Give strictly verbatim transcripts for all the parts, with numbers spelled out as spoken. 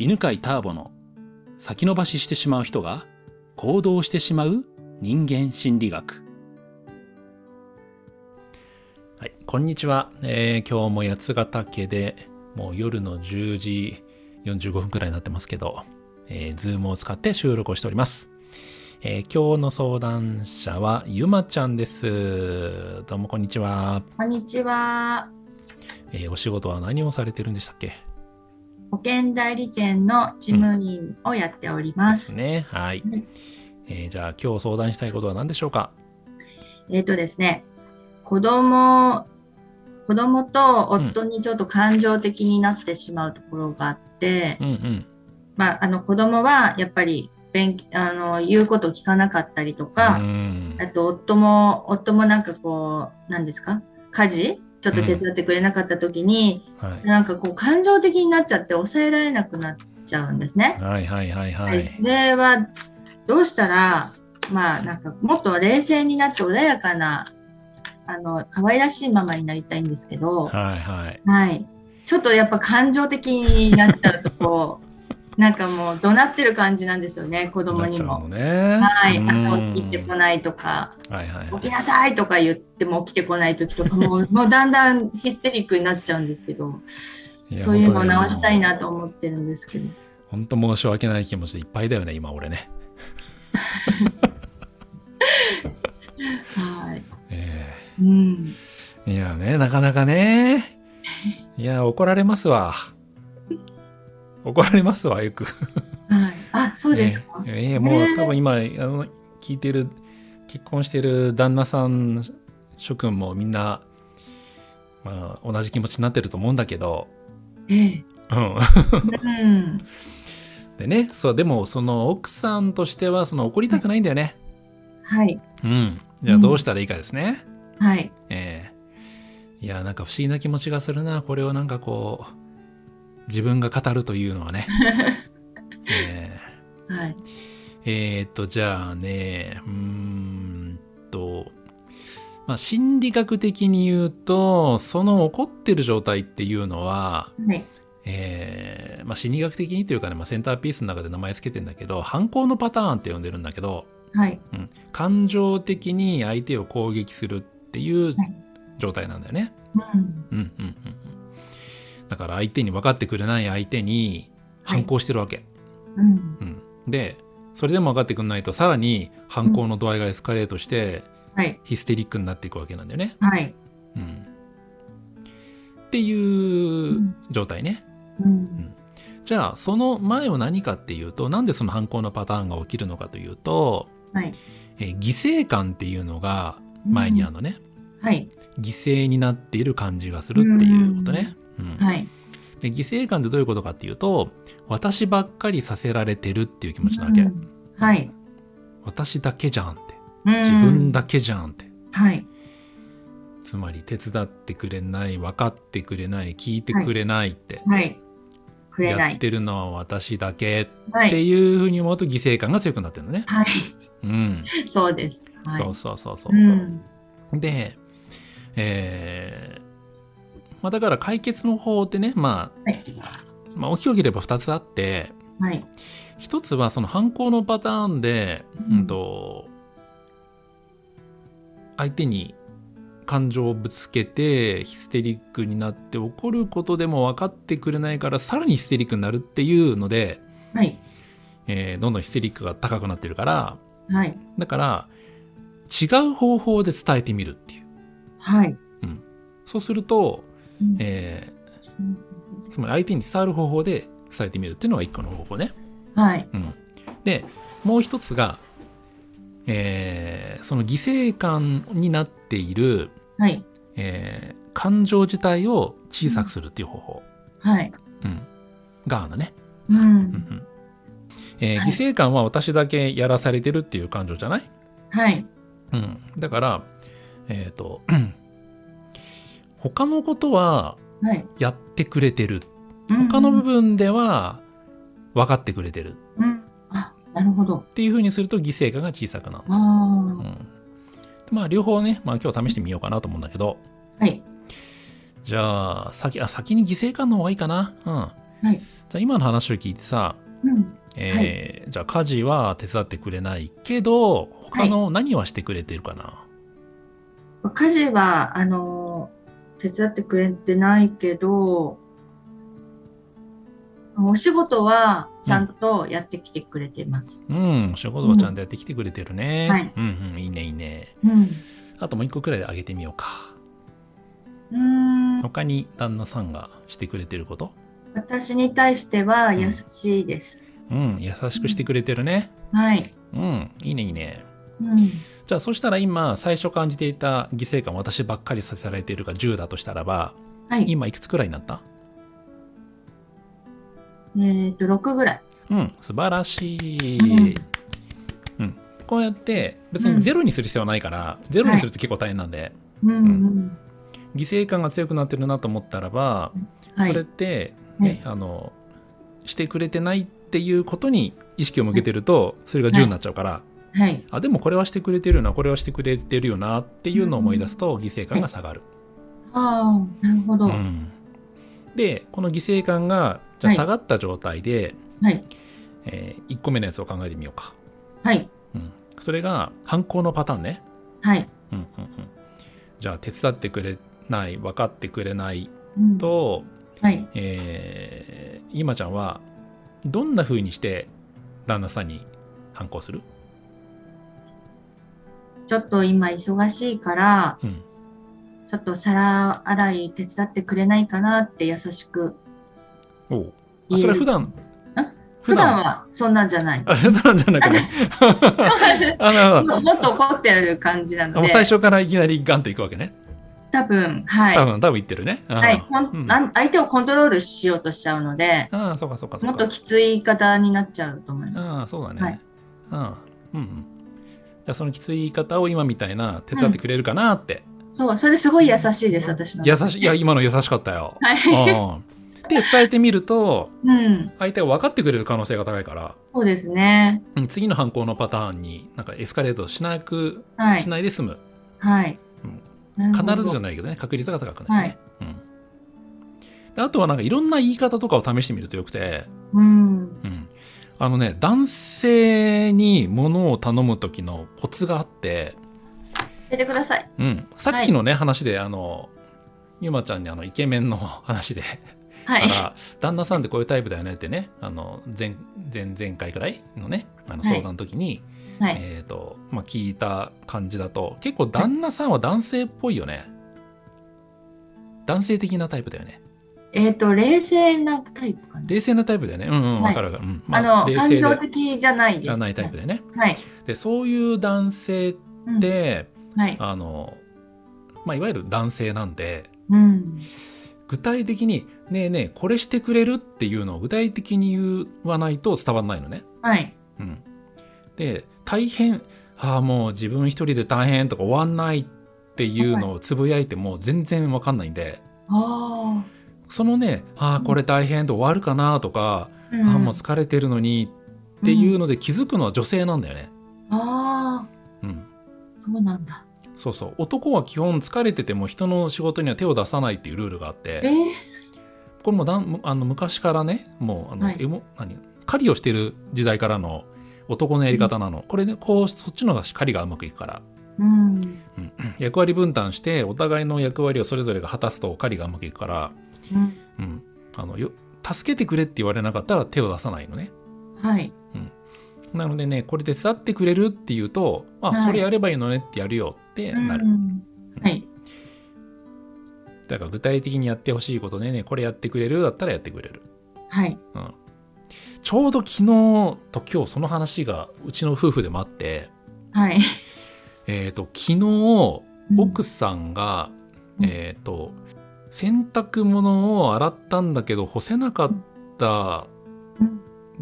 犬飼ターボの先延ばししてしまう人が行動してしまう人間心理学。はい、こんにちは、えー、今日も八ヶ岳でもう夜のじゅうじよんじゅうごふんくらいになってますけど、えー、Zoom を使って収録をしております。えー、今日の相談者はゆまちゃんです。どうもこんにちは。 こんにちは。 えー、お仕事は何をされてるんでしたっけ？ 保険代理店の事務員をやっております。 ですね。はい。はいえー、じゃあ今日相談したいことは何でしょうか？ えっとですね、子供、子供と夫にちょっと感情的になってしまうところがあって、うんうん、まあ、あの子供はやっぱり勉あの言うことを聞かなかったりとか、あと夫も夫もなんかこう何ですか家事ちょっと手伝ってくれなかった時に、うんはい、なんかこう感情的になっちゃって抑えられなくなっちゃうんですね。 はいはいはいはい。 それはどうしたらまあなんかもっと冷静になって穏やかなあの可愛らしいママになりたいんですけど、 はいはいはい、ちょっとやっぱ感情的になっちゃうとこうなんかもう怒鳴ってる感じなんですよね、子供にも。 ね、 はい、朝起きてこないとか、はいはいはい、起きなさいとか言っても起きてこない時とかももうだんだんヒステリックになっちゃうんですけど、そういうのを直したいなと思ってるんですけど。 本当申し訳ない気持ちでいっぱいだよね、今俺ね。 はい。 えー、うん。いやね、なかなかね。いや、怒られますわ。怒られますわ、よく。 はい。あ、そうですか。 えー、えー、もう多分今、あの、聞いてる、結婚してる旦那さん、諸君もみんな、まあ、同じ気持ちになってると思うんだけど。 ええ。 うん。うん、でね、そう、でも、その奥さんとしては、その怒りたくないんだよね。 はい。 うん。じゃあどうしたらいいかですね。 うん、はい。 えー、いや、なんか不思議な気持ちがするな。これをなんかこう、自分が語るというのはね。えー、はい。えー、っと、じゃあね、うーんと、まあ、心理学的に言うと、その怒ってる状態っていうのは、はいえーまあ、心理学的にというかね、まあ、センターピースの中で名前つけてんだけど、反抗のパターンって呼んでるんだけど、はいうん、感情的に相手を攻撃するっていう状態なんだよね。はいうんうんうんうん、だから相手に分かってくれない相手に反抗してるわけ、はいうんうん、でそれでも分かってくれないとさらに反抗の度合いがエスカレートして、うん、ヒステリックになっていくわけなんだよね、はいうん、っていう状態ね、うんうん、じゃあその前を何かっていうと、なんでその反抗のパターンが起きるのかというと、はいえー、犠牲感っていうのが前にあるのね、うんはい、犠牲になっている感じがするっていうことね、うんうんはい、で犠牲感ってどういうことかっていうと、私ばっかりさせられてるっていう気持ちなわけ、うんはい、私だけじゃんって、自分だけじゃんって、はい、つまり手伝ってくれない、分かってくれない、聞いてくれないって、はいはい、やってるのは私だけっていうふうに思うと犠牲感が強くなってるのね、はいうん、そうです、はい、そうそうそうそう、うん、でえーまあ、だから解決の方ってね、まあ、はい、まあ大きく切ればふたつあって、はい、ひとつはその反抗のパターンで、うんうん、と相手に感情をぶつけてヒステリックになって怒ることでも分かってくれないからさらにヒステリックになるっていうので、はいえー、どんどんヒステリックが高くなってるから、はい、だから違う方法で伝えてみるっていう、はいうん、そうすると、うんえー、つまり相手に伝わる方法で伝えてみるっていうのが一個の方法ね、はいうん、でもう一つが、えー、その犠牲感になっている、はいえー、感情自体を小さくするっていう方法、うんはいうん、があるんだね、うんうんうんえーはい、犠牲感は私だけやらされてるっていう感情じゃない、はいうん、だからえっと他のことはやってくれてる、はい、他の部分では分かってくれてる、うん、あ、なるほどっていう風にすると犠牲感が小さくなる、あ、うん、まあ両方ね、まあ、今日試してみようかなと思うんだけど、はい、じゃあ先あ先に犠牲感の方がいいかな、うんはい、 じゃあ今の話を聞いてさ、 うんえーはい、 じゃあ家事は手伝ってくれないけど他の何はしてくれてるかな。 はい、家事はあの手伝ってくれてないけど、お仕事はちゃんとやってきてくれてます。 うん、うん、仕事をちゃんとやってきてくれてるね。 うん、はい、 うんうん、いいねいいね。 うん、 あともう一個くらいであげてみようか。 うーん他に旦那さんがしてくれてること？ 私に対しては優しいです。 うん、うん、優しくしてくれてるね。 うん、はい。 うん、いいねいいね。 うん、 じゃあそしたら今最初感じていた犠牲感、私ばっかりさせられているがじゅうだとしたらば、はい、今いくつくらいになった？ えっとろくぐらい。 うん、素晴らしい。うん、うん、こうやって別にゼロにする必要はないから、うん、ゼロにすると結構大変なんで、はい、うんうん、犠牲感が強くなってるなと思ったらば、はい、それってね、はい、あのしてくれてないっていうことに意識を向けてるとそれがじゅうになっちゃうから、はいはい、あでもこれはしてくれてるよな、これはしてくれてるよなっていうのを思い出すと犠牲感が下がる。 ああ、なるほど。 うん、でこの犠牲感がじゃあ下がった状態で、はいえー、いっこめのやつを考えてみようか。 はい、 うん、それが反抗のパターンね。 はい、 うんうんうん、じゃあ手伝ってくれない、分かってくれないと、うんはいえー、今ちゃんはどんな風にして旦那さんに反抗する？ ちょっと今忙しいから、うん、ちょっと皿洗い手伝ってくれないかなって優しく。 おあそれは普段普段はそんなんじゃない。 あ、普段じゃなくてあなるほどもっと怒ってる感じなので。 もう最初からいきなりガンといくわけね。 多分はい。 多分多分言ってるね。 はい、うん、相手をコントロールしようとしちゃうので、 あそうかそうかそうか。 もっときつい言い方になっちゃうと思います。 あそうだね。はい、あうんうん。じゃあそのきつい言い方を今みたいな手伝ってくれるかなって。 うん、そうそれすごい優しいです私の。 優しいいや今の優しかったよ。はい。で伝えてみると、うん、相手が分かってくれる可能性が高いから。 そうですね。 次の反抗のパターンになんかエスカレートしなく、はい、しないで済む。 はい。 うん、必ずじゃないけどね、確率が高くないね。はいうん、であとはなんかいろんな言い方とかを試してみるとよくて、うんうん、あのね男性に物を頼む時のコツがあって、 教えてください。 うん、さっきのね、はい、話であのゆまちゃんにあのイケメンの話で、はい、から旦那さんってこういうタイプだよねってね、あの 前, 前, 前回くらいのねあの相談の時に、はいはいえーとまあ、聞いた感じだと結構旦那さんは男性っぽいよね、はい、男性的なタイプだよね。 えっ、ー、と冷静なタイプかな。 冷静なタイプだよね。うんうん、はい、分かる分かる、うんまあ、あの感情的じゃないです、ね、 じゃないタイプだよね、 はい、 でそういう男性って、うんはいあのまあ、いわゆる男性なんで、うん、具体的にねえねえこれしてくれるっていうのを具体的に言わないと伝わらないのね。 はいうん、で大変ああもう自分一人で大変とか終わんないっていうのをつぶやいても全然わかんないんで、 はい、 そのねああこれ大変と終わるかなとか、うん、ああもう疲れてるのにっていうので気づくのは女性なんだよね。 うん、ああ、 うん、 そうなんだ。 そうそう男は基本疲れてても人の仕事には手を出さないっていうルールがあって、 えー、 これもだんあの昔からねもうあの、はい、エモ何狩りをしてる時代からの男のやり方なの、うん、これねこうそっちの方が狩りがうまくいくから、うんうん、役割分担してお互いの役割をそれぞれが果たすと狩りがうまくいくから、うんうん、あのよ助けてくれって言われなかったら手を出さないのね。 はい、 うん、なのでねこれ手伝ってくれるっていうとあ、はい、それやればいいのねってやるよってなる、うんはい、 だから具体的にやってほしいことでねこれやってくれるだったらやってくれる。 はい、 うんちょうど昨日と今日その話がうちの夫婦でもあって、 はい、 えっと昨日奥さんが、うん、えっと洗濯物を洗ったんだけど干せなかった、うん、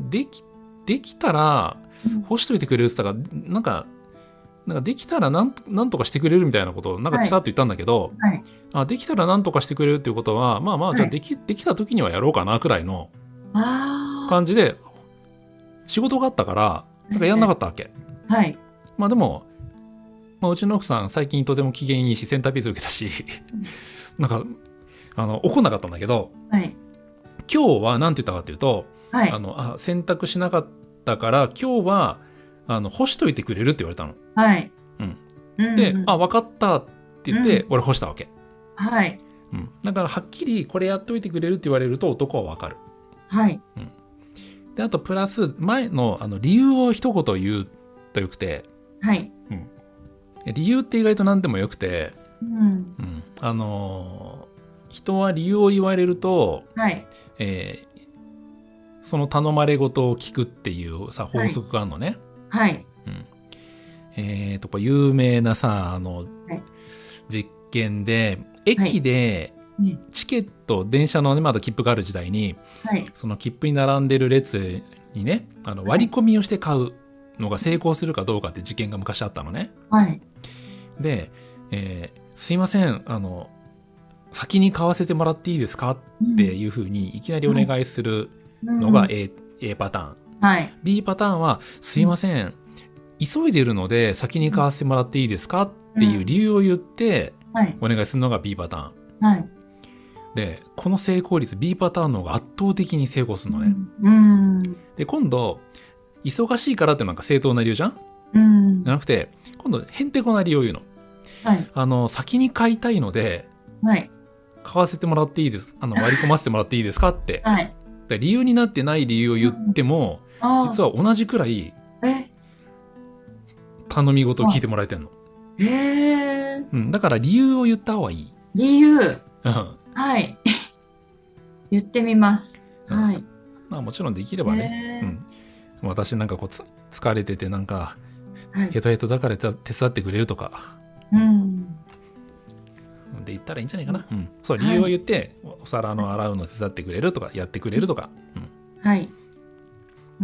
できできたら干しといてくれるって言ったからなんかなんかできたらなんなんとかしてくれるみたいなことをなんかちらっと言ったんだけど、 はい、 あできたらなんとかしてくれるっていうことはまあまあじゃあでき、はい、できた時にはやろうかなくらいの感じで仕事があったからなんかやんなかったわけ、 はい、 まあでも、まあ、うちの奥さん最近とても機嫌いいしセンターピース受けたしなんかあの怒んなかったんだけど、 はい、 今日今日は何て言ったかっていうと、 はい、 あのあ洗濯しなかったから今日はあの干しといてくれるって言われたの。 はい。 うん、で、うんうん、あ分かったって言って、うん、俺干したわけ。 はい、 うん、だからはっきりこれやっといてくれるって言われると男は分かる。 はい、 うん、であとプラス前 の, あの理由を一言言うとよくて、 はい、 うん、理由って意外と何でもよくて、 うんうん、 あのー、人は理由を言われると、 はいえー、その頼まれ事を聞くっていうさ法則があるのね。 はい、 うん、えーと有名なさあの、はい、実験で駅でチケット、電車の、ね、まだ切符がある時代に、 はい、 その切符に並んでる列にねあの割り込みをして買うのが成功するかどうかって実験が昔あったのね。 はい、 で、えー、すいませんあの先に買わせてもらっていいですかっていうふうにいきなりお願いするのが A,、うん、A パターン、 はい、 B パターンはすいません、うん、急いでるので先に買わせてもらっていいですかっていう理由を言ってお願いするのが B パターン、 はい、 でこの成功率 B パターンの方が圧倒的に成功するのね、 うん、 で今度忙しいからってなんか正当な理由じゃん、 うん、 じゃなくて今度へんてこな理由を言うの、 はい、 あの先に買いたいので、 はい、 買わせてもらっていいですあの割り込ませてもらっていいですかって、 はい、 理由になってない理由を言っても、うん、実は同じくらい頼み事を聞いてもらえてんの。 へー、 うん、だから理由を言った方がいい。 理由、 うん、 はい言ってみます、うん、はい。 まあもちろんできればね、うん、私なんかこうつ疲れててなんか、はい、ヘトヘトだから手伝ってくれるとか、うん、で言ったらいいんじゃないかな、うん、そう理由を言って、はい、お皿の洗うの手伝ってくれるとかやってくれるとか、うん、はい、うん、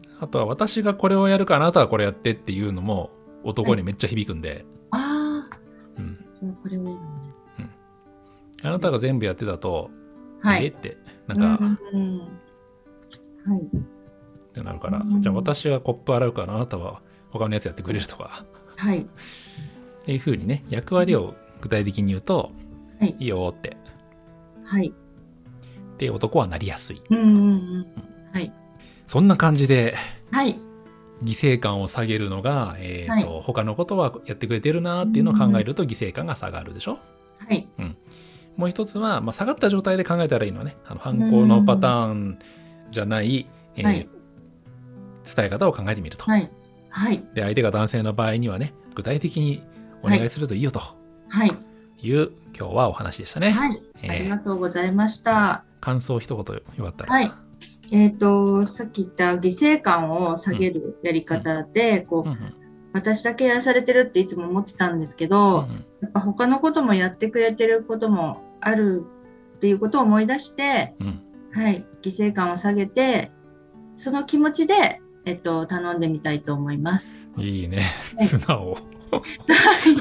あとは私がこれをやるからあなたはこれやってっていうのも男にめっちゃ響くんで、はい、 ああ、うん、これをやるのね、 うん、あなたが全部やってたと、はい、えー、ってなんか、うん、はい、ってなるから、うん、じゃあ私はコップ洗うからあなたは他のやつやってくれるとか、はい、っていう風にね役割を具体的に言うと、はい、いいよって、はい、で男はなりやすい、うんうんうんはい、そんな感じで、はい、犠牲感を下げるのが、えーとはい、他のことはやってくれてるなっていうのを考えると犠牲感が下がるでしょ、はい、うん、もう一つは、まあ、下がった状態で考えたらいいのはねあの反抗のパターンじゃない、えーはい、伝え方を考えてみると、はいはい、で相手が男性の場合にはね具体的にお願いするといいよと、はい、いう今日はお話でしたね、 はいえー、ありがとうございました。 感想一言よかったら、 はいえー、とさっき言った犠牲感を下げるやり方で、うんこううんうん、私だけやらされてるっていつも思ってたんですけど、うんうん、やっぱ他のこともやってくれてることもあるっていうことを思い出して、うんはい、犠牲感を下げてその気持ちで、えっと、頼んでみたいと思います。 いいね、素直、はい、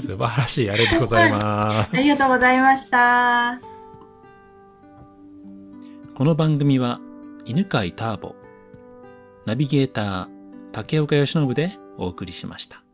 素晴らしい、ありがとうございます、 はい、ありがとうございました。 この番組は犬飼ターボ、ナビゲーター竹岡由伸でお送りしました。